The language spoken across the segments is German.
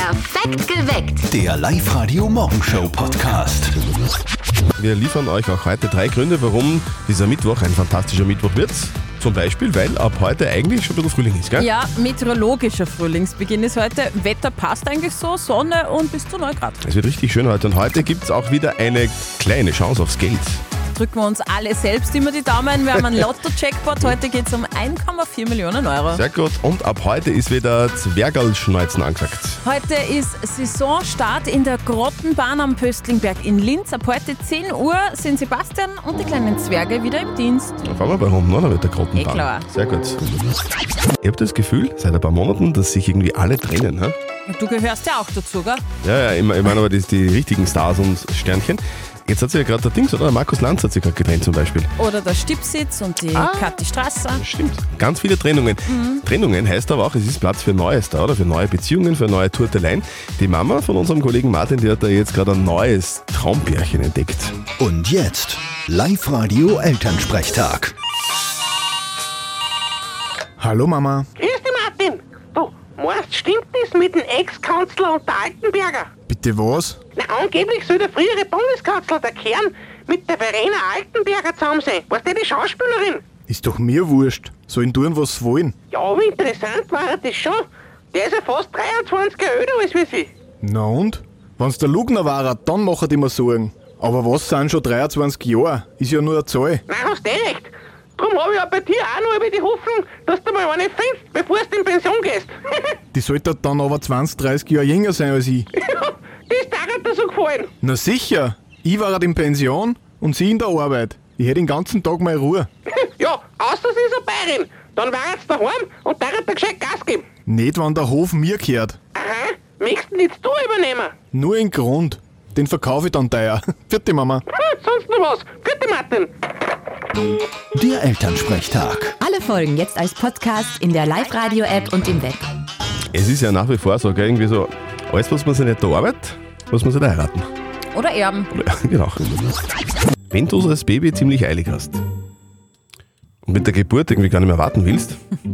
Perfekt geweckt. Der Live-Radio-Morgenshow-Podcast. Wir liefern euch auch heute 3 Gründe, warum dieser Mittwoch ein fantastischer Mittwoch wird. Zum Beispiel, weil ab heute eigentlich schon ein bisschen Frühling ist, gell? Ja, meteorologischer Frühlingsbeginn ist heute. Wetter passt eigentlich so, Sonne und bis zu 9 Grad. Es wird richtig schön heute und heute gibt es auch wieder eine kleine Chance aufs Geld. Drücken wir uns alle selbst immer die Daumen. Wir haben einen Lotto-Jackpot. Heute geht es um 1,4 Millionen Euro. Sehr gut. Und ab heute ist wieder Zwergalschneuzen angesagt. Heute ist Saisonstart in der Grottenbahn am Pöstlingberg in Linz. Ab heute 10 Uhr sind Sebastian und die kleinen Zwerge wieder im Dienst. Dann fahren wir bei Hunden, oder? Mit der Grottenbahn. Klar. Sehr gut. Ich habe das Gefühl, seit ein paar Monaten, dass sich irgendwie alle trennen. He? Du gehörst ja auch dazu, gell? Ja, ich meine aber die richtigen Stars und Sternchen. Jetzt hat sich ja gerade der Dings, oder? Der Markus Lanz hat sich gerade getrennt zum Beispiel. Oder der Stipsitz und die Kathi Strasser. Stimmt. Ganz viele Trennungen. Trennungen heißt aber auch, es ist Platz für Neues da, oder? Für neue Beziehungen, für neue Turteleien. Die Mama von unserem Kollegen Martin, die hat da jetzt gerade ein neues Traumpärchen entdeckt. Und jetzt Live-Radio-Elternsprechtag. Hallo Mama. Grüß dich, Martin. Du, meinst, stimmt das mit dem Ex-Kanzler und der Altenberger? Bitte was? Na, angeblich soll der frühere Bundeskanzler, der Kern, mit der Verena Altenberger zusammen sein. Weißt du, die Schauspielerin? Ist doch mir wurscht. Sollen tun, was sie wollen. Ja, aber interessant war das schon. Der ist ja fast 23 Jahre älter als wir sie. Na und? Wenn's der Lugner war, dann machen die mir Sorgen. Aber was sind schon 23 Jahre? Ist ja nur eine Zahl. Nein, hast du recht. Darum habe ich auch bei dir auch noch über die Hoffnung, dass du mal eine findest, bevor du in Pension gehst. Die sollte dann aber 20, 30 Jahre jünger sein als ich. Das hat dir so gefallen. Na sicher. Ich war halt in Pension und sie in der Arbeit. Ich hätte den ganzen Tag mal Ruhe. Ja, außer sie ist eine Bayerin. Dann war jetzt daheim und der hat dir gescheit Gas geben. Nicht, wenn der Hof mir gehört. Aha, möchtest du nicht du übernehmen? Nur in Grund. Den verkaufe ich dann teuer. Vierte Mama. Sonst noch was. Gute Martin. Der Elternsprechtag. Alle Folgen jetzt als Podcast in der Live-Radio-App und im Web. Es ist ja nach wie vor so, gell, irgendwie so, alles, was man sich nicht erarbeitet, muss man sich da heiraten. Oder erben. Ja, genau. Wenn du so als Baby ziemlich eilig hast und mit der Geburt irgendwie gar nicht mehr warten willst,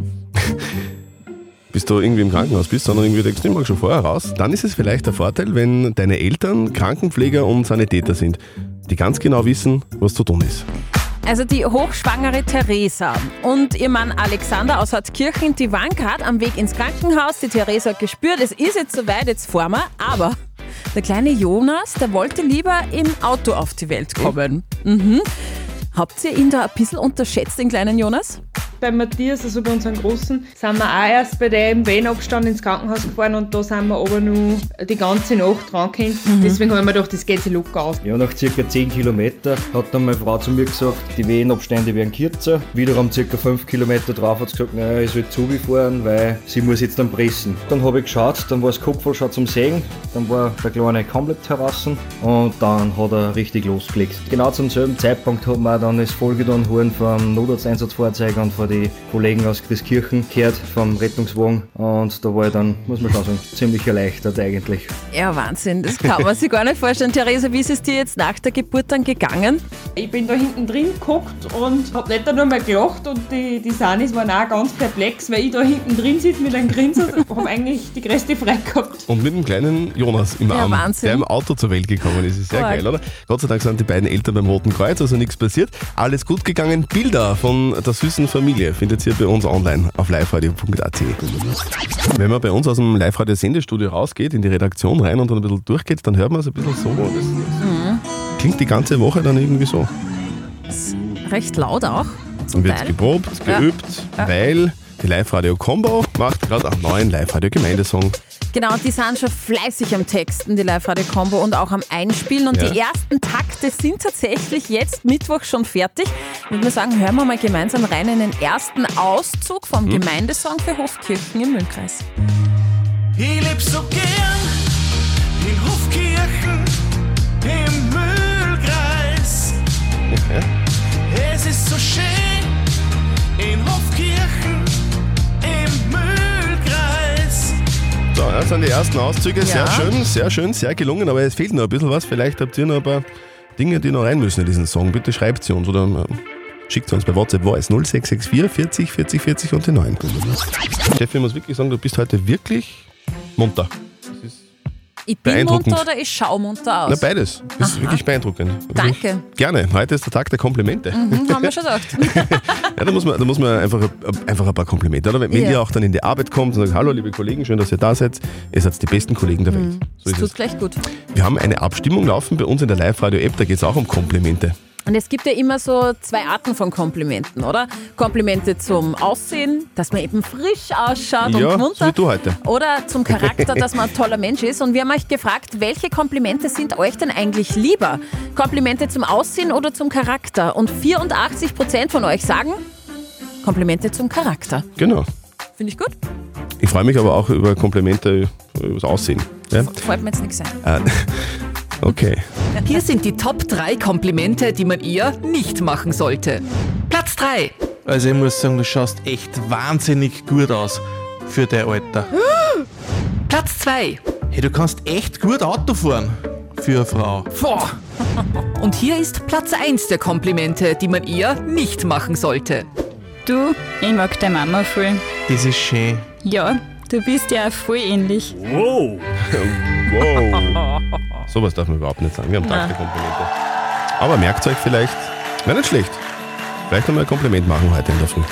bis du irgendwie im Krankenhaus bist, sondern irgendwie denkst, ich mag schon vorher raus, dann ist es vielleicht der Vorteil, wenn deine Eltern Krankenpfleger und Sanitäter sind, die ganz genau wissen, was zu tun ist. Also die hochschwangere Theresa und ihr Mann Alexander aus Hartkirchen, die waren gerade am Weg ins Krankenhaus. Die Theresa hat gespürt, es ist jetzt soweit, jetzt fahren wir. Aber der kleine Jonas, der wollte lieber im Auto auf die Welt kommen. Habt ihr ihn da ein bisschen unterschätzt, den kleinen Jonas? Bei Matthias, also bei unserem Großen, sind wir auch erst bei dem Venenabstand ins Krankenhaus gefahren und da sind wir aber nur die ganze Nacht dran gehängt. Deswegen habe ich mir gedacht, das geht sich locker aus. Ja, nach ca. 10 Kilometer hat dann meine Frau zu mir gesagt, die Venenabstände werden kürzer. Wiederum ca. 5 Kilometer drauf hat sie gesagt, naja, ich soll zugefahren, weil sie muss jetzt dann pressen. Dann habe ich geschaut, dann war das Kopfball schon zum Sägen, dann war der Kleine komplett heraus und dann hat er richtig losgelegt. Genau zum selben Zeitpunkt hat man dann das Folgeton hören vom Notarzteinsatzfahrzeug und von die Kollegen aus Christkirchen gehört vom Rettungswagen und da war ich dann, muss man schon sagen, ziemlich erleichtert eigentlich. Ja, Wahnsinn, das kann man sich gar nicht vorstellen. Theresa, wie ist es dir jetzt nach der Geburt dann gegangen? Ich bin da hinten drin gehockt und habe nicht nur mal gelacht und die Sanis waren auch ganz perplex, weil ich da hinten drin sitze mit einem Grinsen und habe eigentlich die größte Freude gehabt. Und mit dem kleinen Jonas im Arm, Wahnsinn. der im Auto zur Welt gekommen ist. Ist sehr geil, oder? Gott sei Dank sind die beiden Eltern beim Roten Kreuz, also nichts passiert. Alles gut gegangen. Bilder von der süßen Familie findet ihr bei uns online auf liveradio.at. Wenn man bei uns aus dem Live-Radio-Sendestudio rausgeht, in die Redaktion rein und dann ein bisschen durchgeht, dann hört man es ein bisschen so. Das klingt die ganze Woche dann irgendwie so. Recht laut auch. Dann wird geprobt, geübt, weil die Live-Radio-Combo macht gerade einen neuen Live-Radio-Gemeindesong. Genau, die sind schon fleißig am Texten, die Live-Radio-Combo, und auch am Einspielen. Und die ersten Takte sind tatsächlich jetzt Mittwoch schon fertig. Ich würde mal sagen, hören wir mal gemeinsam rein in den ersten Auszug vom Gemeindesong für Hofkirchen im Mühlkreis. Ich leb so gern in Hofkirchen im Mühlkreis. Es ist so schön in Hofkirchen im Mühlkreis. So, das sind die ersten Auszüge. Sehr schön, sehr gelungen, aber es fehlt noch ein bisschen was. Vielleicht habt ihr noch ein paar Dinge, die noch rein müssen in diesen Song. Bitte schreibt sie uns oder schickt sie uns bei WhatsApp Voice 0664 40 40 40 und die 9. Steffi, ich muss wirklich sagen, du bist heute wirklich munter. Das ist Ich bin beeindruckend. munter oder ich schaue munter aus? Na, beides. Das ist wirklich beeindruckend. Danke. Gerne. Heute ist der Tag der Komplimente. Haben wir schon gedacht. Ja, da muss man einfach ein paar Komplimente. Oder? Wenn ihr auch dann in die Arbeit kommt und sagt, hallo liebe Kollegen, schön, dass ihr da seid. Ihr seid die besten Kollegen der Welt. So Das ist tut es. gleich gut. Wir haben eine Abstimmung laufen bei uns in der Live-Radio-App, da geht es auch um Komplimente. Und es gibt ja immer so 2 Arten von Komplimenten, oder? Komplimente zum Aussehen, dass man eben frisch ausschaut Ja, und munter. so wie du heute. Oder zum Charakter, dass man ein toller Mensch ist. Und wir haben euch gefragt, welche Komplimente sind euch denn eigentlich lieber? Komplimente zum Aussehen oder zum Charakter? Und 84% von euch sagen Komplimente zum Charakter. Genau. Finde ich gut. Ich freue mich aber auch über Komplimente über das Aussehen. Ja? Fällt mir jetzt nichts ein. Okay. Hier sind die Top 3 Komplimente, die man ihr nicht machen sollte. Platz 3. Also ich muss sagen, du schaust echt wahnsinnig gut aus für dein Alter. Platz 2. Hey, du kannst echt gut Auto fahren für eine Frau. Boah. Und hier ist Platz 1 der Komplimente, die man ihr nicht machen sollte. Du, ich mag deine Mama voll. Das ist schön. Ja, du bist ja auch voll ähnlich. Wow. Wow. Sowas darf man überhaupt nicht sagen. Wir haben Tag der Komplimente. Aber merkt euch vielleicht, wäre nicht schlecht. Vielleicht einmal ein Kompliment machen heute in der Früh.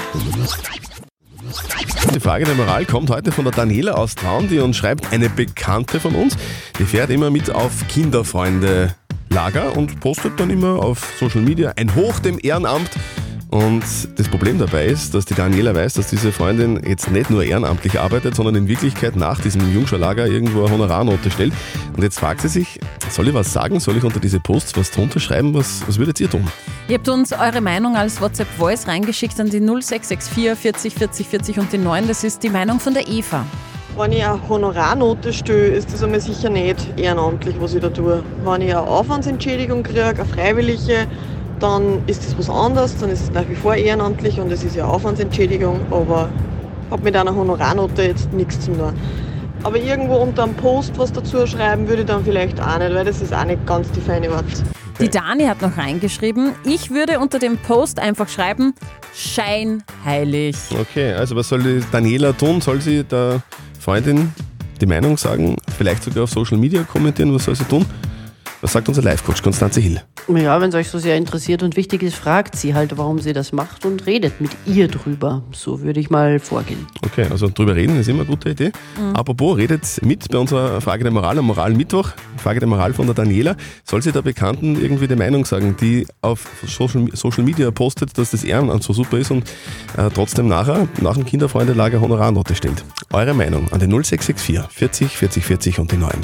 Die Frage der Moral kommt heute von der Daniela aus Traun, die uns schreibt, eine Bekannte von uns, die fährt immer mit auf Kinderfreunde-Lager und postet dann immer auf Social Media ein Hoch dem Ehrenamt. Und das Problem dabei ist, dass die Daniela weiß, dass diese Freundin jetzt nicht nur ehrenamtlich arbeitet, sondern in Wirklichkeit nach diesem Jungscharlager irgendwo eine Honorarnote stellt. Und jetzt fragt sie sich, soll ich was sagen? Soll ich unter diese Posts was drunter schreiben? Was würdet ihr tun? Ihr habt uns eure Meinung als WhatsApp-Voice reingeschickt an die 0664 40 40 40 und die 9. Das ist die Meinung von der Eva. Wenn ich eine Honorarnote stelle, ist das einmal sicher nicht ehrenamtlich, was ich da tue. Wenn ich eine Aufwandsentschädigung kriege, eine freiwillige, dann ist das was anderes, dann ist es nach wie vor ehrenamtlich und es ist ja Aufwandsentschädigung, aber habe mit einer Honorarnote jetzt nichts zu tun. Aber irgendwo unter einem Post was dazu schreiben würde ich dann vielleicht auch nicht, weil das ist auch nicht ganz die feine Art. Die Dani hat noch reingeschrieben, ich würde unter dem Post einfach schreiben, scheinheilig. Okay, also was soll die Daniela tun? Soll sie der Freundin die Meinung sagen? Vielleicht sogar auf Social Media kommentieren? Was soll sie tun? Was sagt unser Live-Coach Konstanze Hill? Ja, wenn es euch so sehr interessiert und wichtig ist, fragt sie halt, warum sie das macht und redet mit ihr drüber. So würde ich mal vorgehen. Okay, also drüber reden ist immer eine gute Idee. Apropos, redet mit bei unserer Frage der Moral am Moralmittwoch. Frage der Moral von der Daniela. Soll sie der Bekannten irgendwie die Meinung sagen, die auf Social Media postet, dass das Ehrenamt so super ist und trotzdem nach dem Kinderfreundelager Honorarnote stellt? Eure Meinung an den 0664 40 40 40 und die 9.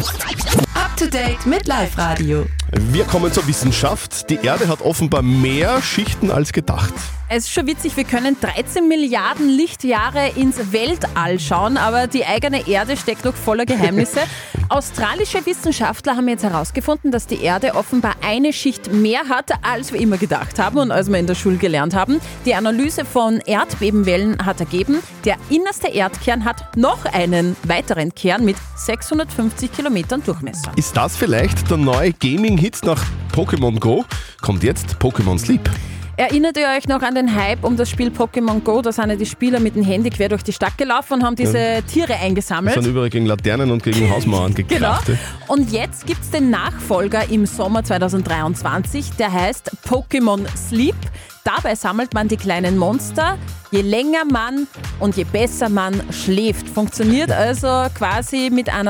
Up to date mit Live-Radio. Wir kommen zur Wissenschaft. Die Erde hat offenbar mehr Schichten als gedacht. Es ist schon witzig, wir können 13 Milliarden Lichtjahre ins Weltall schauen, aber die eigene Erde steckt noch voller Geheimnisse. Australische Wissenschaftler haben jetzt herausgefunden, dass die Erde offenbar eine Schicht mehr hat, als wir immer gedacht haben und als wir in der Schule gelernt haben. Die Analyse von Erdbebenwellen hat ergeben, der innerste Erdkern hat noch einen weiteren Kern mit 650 Kilometern Durchmesser. Ist das vielleicht der neue Gaming-Hit nach Pokémon Go? Kommt jetzt Pokémon Sleep. Erinnert ihr euch noch an den Hype um das Spiel Pokémon Go? Da sind ja die Spieler mit dem Handy quer durch die Stadt gelaufen und haben diese Tiere eingesammelt. Die sind überall gegen Laternen und gegen Hausmauern gekracht. Genau. Und jetzt gibt es den Nachfolger im Sommer 2023, der heißt Pokémon Sleep. Dabei sammelt man die kleinen Monster, je länger man und je besser man schläft. Funktioniert also quasi mit einer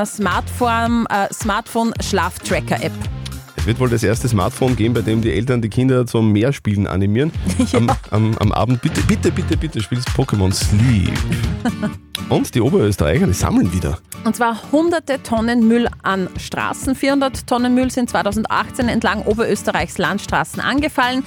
Smartphone-Schlaftracker-App. Es wird wohl das erste Smartphone geben, bei dem die Eltern die Kinder zum Meerspielen animieren. Ja. Am Abend, bitte, spielst Pokémon Sleep. Und die Oberösterreicher, die sammeln wieder. Und zwar hunderte Tonnen Müll an Straßen. 400 Tonnen Müll sind 2018 entlang Oberösterreichs Landstraßen angefallen.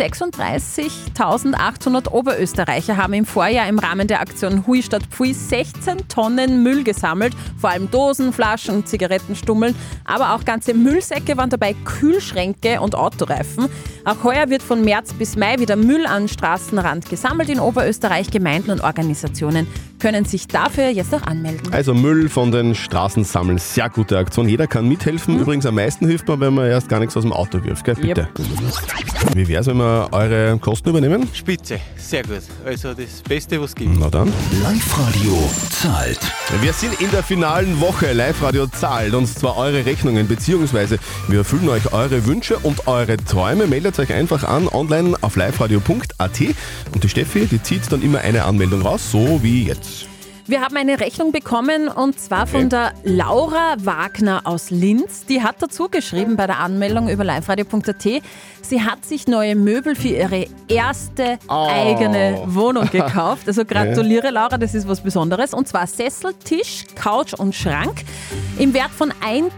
36.800 Oberösterreicher haben im Vorjahr im Rahmen der Aktion Hui statt Pfui 16 Tonnen Müll gesammelt. Vor allem Dosen, Flaschen, Zigarettenstummeln, aber auch ganze Müllsäcke waren dabei, Kühlschränke und Autoreifen. Auch heuer wird von März bis Mai wieder Müll an Straßenrand gesammelt in Oberösterreich. Gemeinden und Organisationen können sich dafür jetzt auch anmelden. Also Müll von den Straßen sammeln, sehr gute Aktion. Jeder kann mithelfen. Übrigens am meisten hilft man, wenn man erst gar nichts aus dem Auto wirft. Gell? Bitte. Wie wäre es, wenn wir eure Kosten übernehmen? Spitze, sehr gut. Also das Beste, was es gibt. Na dann. Live-Radio zahlt. Wir sind in der finalen Woche. Live-Radio zahlt uns zwar eure Rechnungen, beziehungsweise wir erfüllen euch eure Wünsche und eure Träume. Meldet euch einfach an, online auf liveradio.at. Und die Steffi, die zieht dann immer eine Anmeldung raus, so wie jetzt. Wir haben eine Rechnung bekommen und zwar von der Laura Wagner aus Linz. Die hat dazu geschrieben bei der Anmeldung über liveradio.at, sie hat sich neue Möbel für ihre erste eigene Wohnung gekauft. Also gratuliere Laura, das ist was Besonderes. Und zwar Sessel, Tisch, Couch und Schrank im Wert von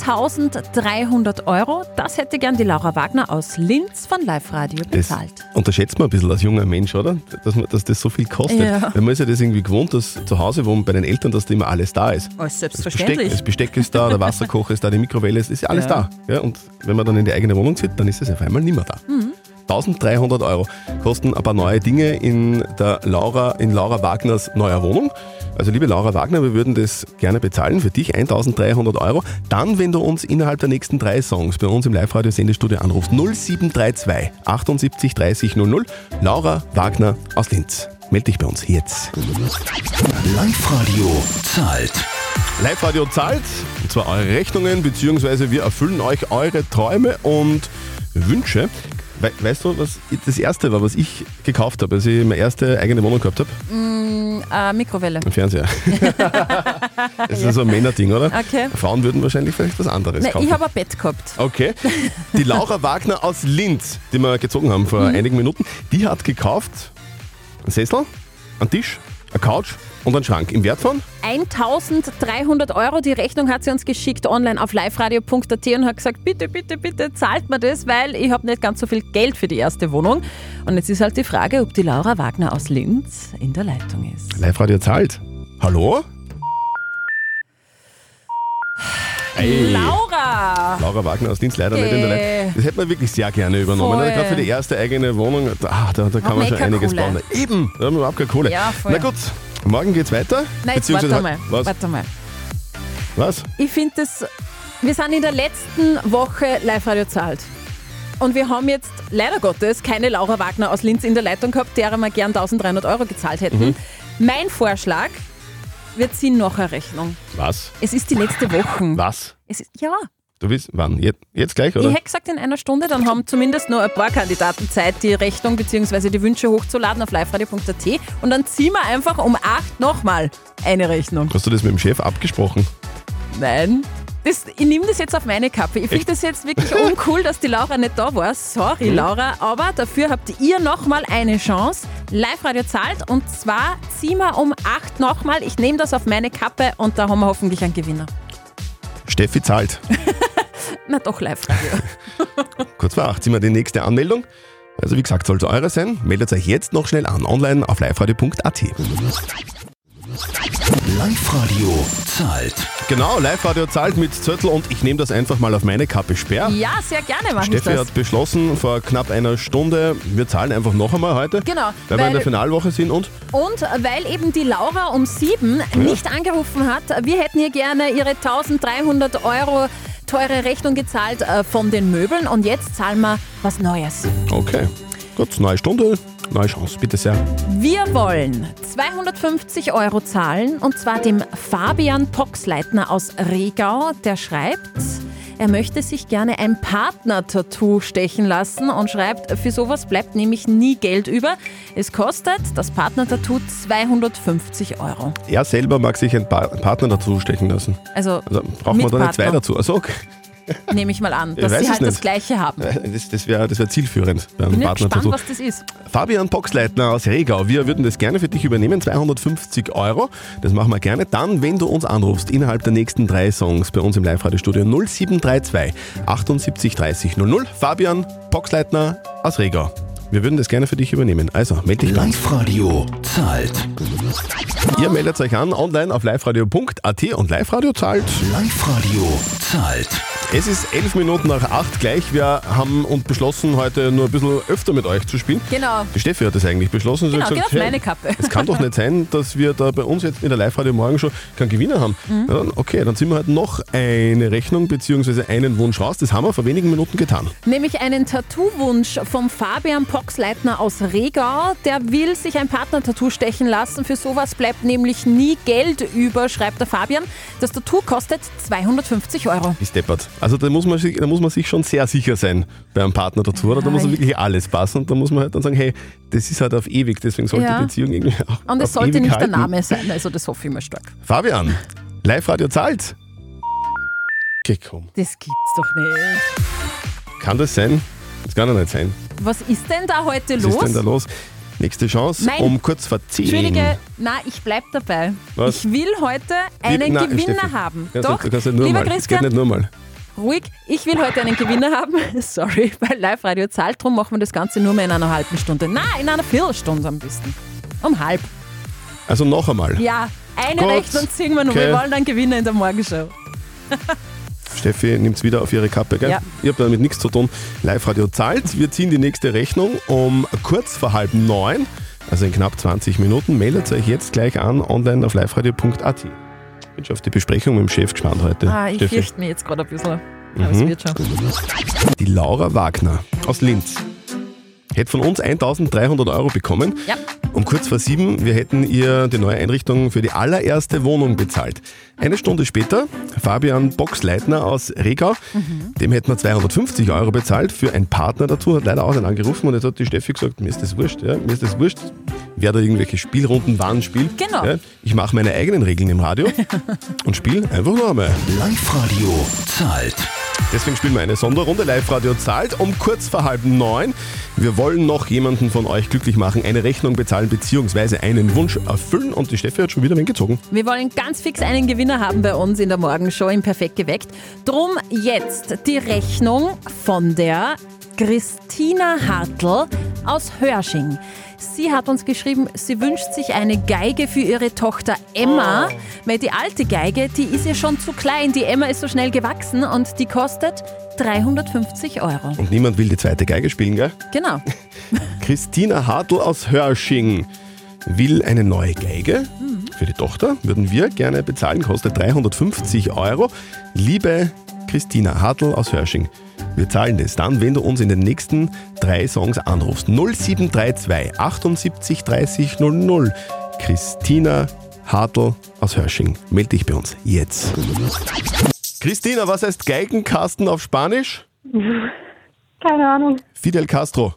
1.300 €. Das hätte gern die Laura Wagner aus Linz von Live-Radio bezahlt. Das unterschätzt man ein bisschen als junger Mensch, oder? Dass das so viel kostet. Ja. Weil man ist ja das irgendwie gewohnt, dass zu Hause wohnt bei den Eltern, dass da immer alles da ist. Oh, selbstverständlich. Das Besteck ist da, der Wasserkocher ist da, die Mikrowelle ist ja alles da. Ja, und wenn man dann in die eigene Wohnung zieht, dann ist es auf einmal nicht mehr da. 1.300 € kosten ein paar neue Dinge in Laura Wagners neuer Wohnung. Also liebe Laura Wagner, wir würden das gerne bezahlen für dich, 1.300 €. Dann, wenn du uns innerhalb der nächsten 3 Songs bei uns im Live-Radio-Sendestudio anrufst, 0732 78 30 00, Laura Wagner aus Linz. Meld dich bei uns jetzt. Live-Radio zahlt. Live-Radio zahlt, und zwar eure Rechnungen, beziehungsweise wir erfüllen euch eure Träume und Wünsche. Weißt du, was das erste war, was ich gekauft habe, als ich meine erste eigene Wohnung gehabt habe? Mikrowelle. Ein Fernseher. Das ist so ein Männerding, oder? Okay. Frauen würden wahrscheinlich vielleicht was anderes kaufen. Ich habe ein Bett gehabt. Okay. Die Laura Wagner aus Linz, die wir gezogen haben vor einigen Minuten, die hat gekauft einen Sessel, einen Tisch, eine Couch und einen Schrank im Wert von 1.300 €. Die Rechnung hat sie uns geschickt online auf liveradio.at und hat gesagt, bitte, bitte, bitte zahlt mir das, weil ich habe nicht ganz so viel Geld für die erste Wohnung. Und jetzt ist halt die Frage, ob die Laura Wagner aus Linz in der Leitung ist. Live-Radio zahlt. Hallo? Hey. Laura Wagner aus Linz, leider nicht in der Leitung. Das hätte man wirklich sehr gerne übernommen. Voll. Gerade für die erste eigene Wohnung, da kann man schon einiges bauen. Eben, da haben wir überhaupt keine Kohle. Ja, voll. Na gut, morgen geht's weiter. Nein, jetzt warte mal. Was? Ich finde das, wir sind in der letzten Woche Live-Radio zahlt. Und wir haben jetzt leider Gottes keine Laura Wagner aus Linz in der Leitung gehabt, derer wir gern 1.300 € gezahlt hätten. Mein Vorschlag, wir ziehen noch eine Rechnung. Was? Es ist die letzte Woche. Was? Ja. Du willst, wann? Jetzt gleich, oder? Ich hätte gesagt in einer Stunde, dann haben zumindest noch ein paar Kandidaten Zeit, die Rechnung bzw. die Wünsche hochzuladen auf liveradio.at und dann ziehen wir einfach um 8 nochmal eine Rechnung. Hast du das mit dem Chef abgesprochen? Nein. Ich nehme das jetzt auf meine Kappe. Ich finde das jetzt wirklich uncool, dass die Laura nicht da war. Sorry, Laura. Aber dafür habt ihr nochmal eine Chance. Live-Radio zahlt und zwar ziehen wir um 8 nochmal. Ich nehme das auf meine Kappe und da haben wir hoffentlich einen Gewinner. Steffi zahlt. Na doch, Live-Radio. Kurz vor 8 ziehen wir die nächste Anmeldung. Also wie gesagt, soll es eure sein. Meldet euch jetzt noch schnell an, online auf liveradio.at. Live-Radio zahlt. Genau, Live-Radio zahlt mit Zettel und ich nehme das einfach mal auf meine Kappe Sperr. Ja, sehr gerne mache ich Steffi das. hat beschlossen vor knapp einer Stunde, wir zahlen einfach noch einmal heute. Genau. Weil wir in der Finalwoche sind und weil eben die Laura um 7 nicht angerufen hat, wir hätten ihr gerne ihre 1.300 € teure Rechnung gezahlt von den Möbeln und jetzt zahlen wir was Neues. Okay, gut, neue Stunde, neue Chance, bitte sehr. Wir wollen 250 € zahlen und zwar dem Fabian Poxleitner aus Regau, der schreibt, er möchte sich gerne ein Partner-Tattoo stechen lassen und schreibt, für sowas bleibt nämlich nie Geld über. Es kostet das Partner-Tattoo 250 €. Er selber mag sich ein Partner dazu stechen lassen. Also braucht man da nicht zwei Partner. dazu? Also okay. Nehme ich mal an, dass Ich weiß sie es halt das nicht. Gleiche haben. Das wär zielführend beim Bin ich Partner gespannt, dazu. was das ist. Fabian Poxleitner aus Regau, wir würden das gerne für dich übernehmen, 250 €. Das machen wir gerne dann, wenn du uns anrufst, innerhalb der nächsten 3 Songs bei uns im Live-Radio-Studio 0732 78 30 00. Fabian Poxleitner aus Regau. Wir würden das gerne für dich übernehmen. Also, melde dich Live-Radio zahlt. Ihr meldet euch an, online auf liveradio.at und Live-Radio zahlt. Live-Radio zahlt. Es ist 11 Minuten nach 8 gleich. Wir haben uns beschlossen, heute nur ein bisschen öfter mit euch zu spielen. Genau. Die Steffi hat das eigentlich beschlossen. Sie Genau, hat geht gesagt, auf meine Kappe. Es kann doch nicht sein, dass wir da bei uns jetzt in der Live-Radio morgen schon keinen Gewinner haben. Ja, dann, okay, dann ziehen wir halt noch eine Rechnung bzw. einen Wunsch raus. Das haben wir vor wenigen Minuten getan. Nämlich einen Tattoo-Wunsch vom Fabian Poxleitner aus Regau. Der will sich ein Partner-Tattoo stechen lassen. Für sowas bleibt nämlich nie Geld über, schreibt der Fabian. Das Tattoo kostet 250 €. Ist deppert. Also da muss man sich schon sehr sicher sein bei einem Partner dazu, oder? Da muss wirklich alles passen und da muss man halt dann sagen, hey, das ist halt auf ewig, deswegen sollte die Beziehung irgendwie auch Und es auf sollte ewig nicht halten. der Name sein, also das hoffe ich mal stark. Fabian, Live-Radio zahlt. Okay, komm. Das gibt's doch nicht. Kann das sein? Das kann doch nicht sein. Was ist denn da heute Was los? ist denn da los? Nächste Chance Nein. um kurz vor 10. Entschuldige, nein, ich bleib dabei. Was? Ich will heute einen Nein, Gewinner Steffi. haben. Kannst Doch, du kannst nicht nur lieber mal. Das geht Christian, nicht nur mal. ruhig, ich will heute einen Gewinner haben. Sorry, weil Live-Radio zahlt, darum machen wir das Ganze nur mehr in einer halben Stunde. Nein, in einer Viertelstunde am besten. Um halb. Also noch einmal. Ja, eine Gut. Rechnung ziehen wir noch. Okay. Wir wollen einen Gewinner in der Morgenshow. Steffi nimmt es wieder auf ihre Kappe, gell? Ja. Ich habe damit nichts zu tun. Live-Radio zahlt. Wir ziehen die nächste Rechnung um kurz vor 8:30, also in knapp 20 Minuten. Meldet euch jetzt gleich an, online auf liveradio.at. Ich bin schon auf die Besprechung mit dem Chef gespannt heute. Ich Steffi. fürchte mich jetzt gerade ein bisschen. Aber es wird schon. Die Laura Wagner aus Linz hätte von uns 1.300 € bekommen. Ja. Um kurz vor 7, wir hätten ihr die neue Einrichtung für die allererste Wohnung bezahlt. Eine Stunde später, Fabian Boxleitner aus Regau, dem hätten wir 250 € bezahlt für einen Partner dazu, hat leider auch nicht angerufen und jetzt hat die Steffi gesagt, mir ist das wurscht, wer da irgendwelche Spielrunden wann spielt. Genau. Ja, ich mache meine eigenen Regeln im Radio und spiele einfach nur einmal. Live-Radio zahlt. Deswegen spielen wir eine Sonderrunde. Live-Radio zahlt um kurz vor 8:30. Wir wollen noch jemanden von euch glücklich machen, eine Rechnung bezahlen bzw. einen Wunsch erfüllen und die Steffi hat schon wieder wen gezogen. Wir wollen ganz fix einen Gewinner haben bei uns in der Morgenshow im Perfekt geweckt. Drum jetzt die Rechnung von der Christina Hartl aus Hörsching. Sie hat uns geschrieben, sie wünscht sich eine Geige für ihre Tochter Emma, weil die alte Geige, die ist ja schon zu klein. Die Emma ist so schnell gewachsen und die kostet 350 €. Und niemand will die zweite Geige spielen, gell? Genau. Christina Hartl aus Hörsching will eine neue Geige für die Tochter. Würden wir gerne bezahlen, kostet 350 €. Liebe Christina Hartl aus Hörsching, wir zahlen das dann, wenn du uns in den nächsten 3 Songs anrufst. 0732 78 30 00. Christina Hartl aus Hörsching. Meld dich bei uns jetzt. Christina, was heißt Geigenkasten auf Spanisch? Keine Ahnung. Fidel Castro.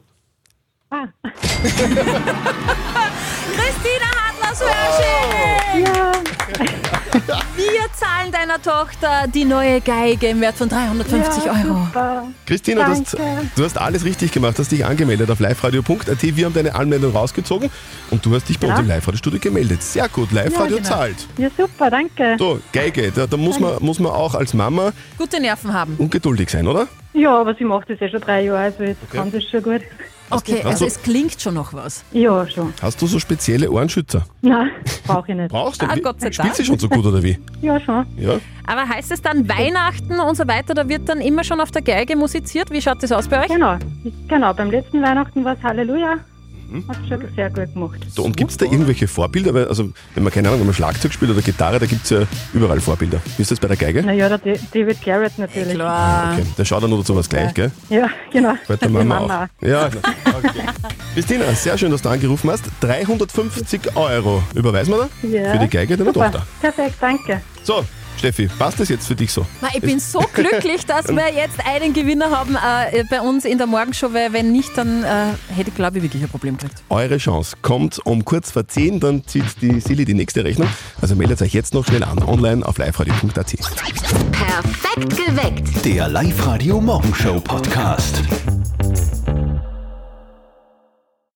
Christina Hartl aus Hörsching! Ja. Wir zahlen deiner Tochter die neue Geige im Wert von 350 €. Super. Christina, Danke. du hast alles richtig gemacht, hast dich angemeldet auf liveradio.at. Wir haben deine Anmeldung rausgezogen und du hast dich bei uns im Live-Radio-Studio gemeldet. Sehr gut, Live-Radio zahlt. Ja, super, danke. So, Geige, da muss man auch als Mama Gute Nerven haben. ungeduldig sein, oder? Ja, aber sie macht das ja schon 3 Jahre, also jetzt kann das schon gut. Okay, Hast also du- es klingt schon noch was. Ja, schon. Hast du so spezielle Ohrenschützer? Nein, brauche ich nicht. Brauchst du? Gott sei Dank. Spielt sie schon so gut, oder wie? Ja, schon. Ja. Aber heißt es dann Weihnachten und so weiter, da wird dann immer schon auf der Geige musiziert? Wie schaut das aus bei euch? Genau, beim letzten Weihnachten war es Halleluja. Hat schon sehr gut gemacht. So, und gibt es da irgendwelche Vorbilder? Weil, also, wenn man keine Ahnung, wenn man Schlagzeug spielt oder Gitarre, da gibt es ja überall Vorbilder. Wie ist das bei der Geige? Naja, der David Garrett natürlich. Okay, der schaut dann nur sowas gleich, gell? Ja, genau. Bei der Die Mama auch. Ja, klar. Okay. Christina, sehr schön, dass du angerufen hast. 350 € überweisen wir da Ja. für die Geige deiner Super. Tochter. Perfekt, dange. So, Steffi, passt das jetzt für dich so? Ich bin so glücklich, dass wir jetzt einen Gewinner haben bei uns in der Morgenshow, weil wenn nicht, dann hätte ich, glaube ich, wirklich ein Problem gekriegt. Eure Chance kommt um kurz vor 10, dann zieht die Silly die nächste Rechnung. Also meldet euch jetzt noch schnell an, online auf liveradio.at. Perfekt geweckt. Der Live-Radio Morgenshow Podcast.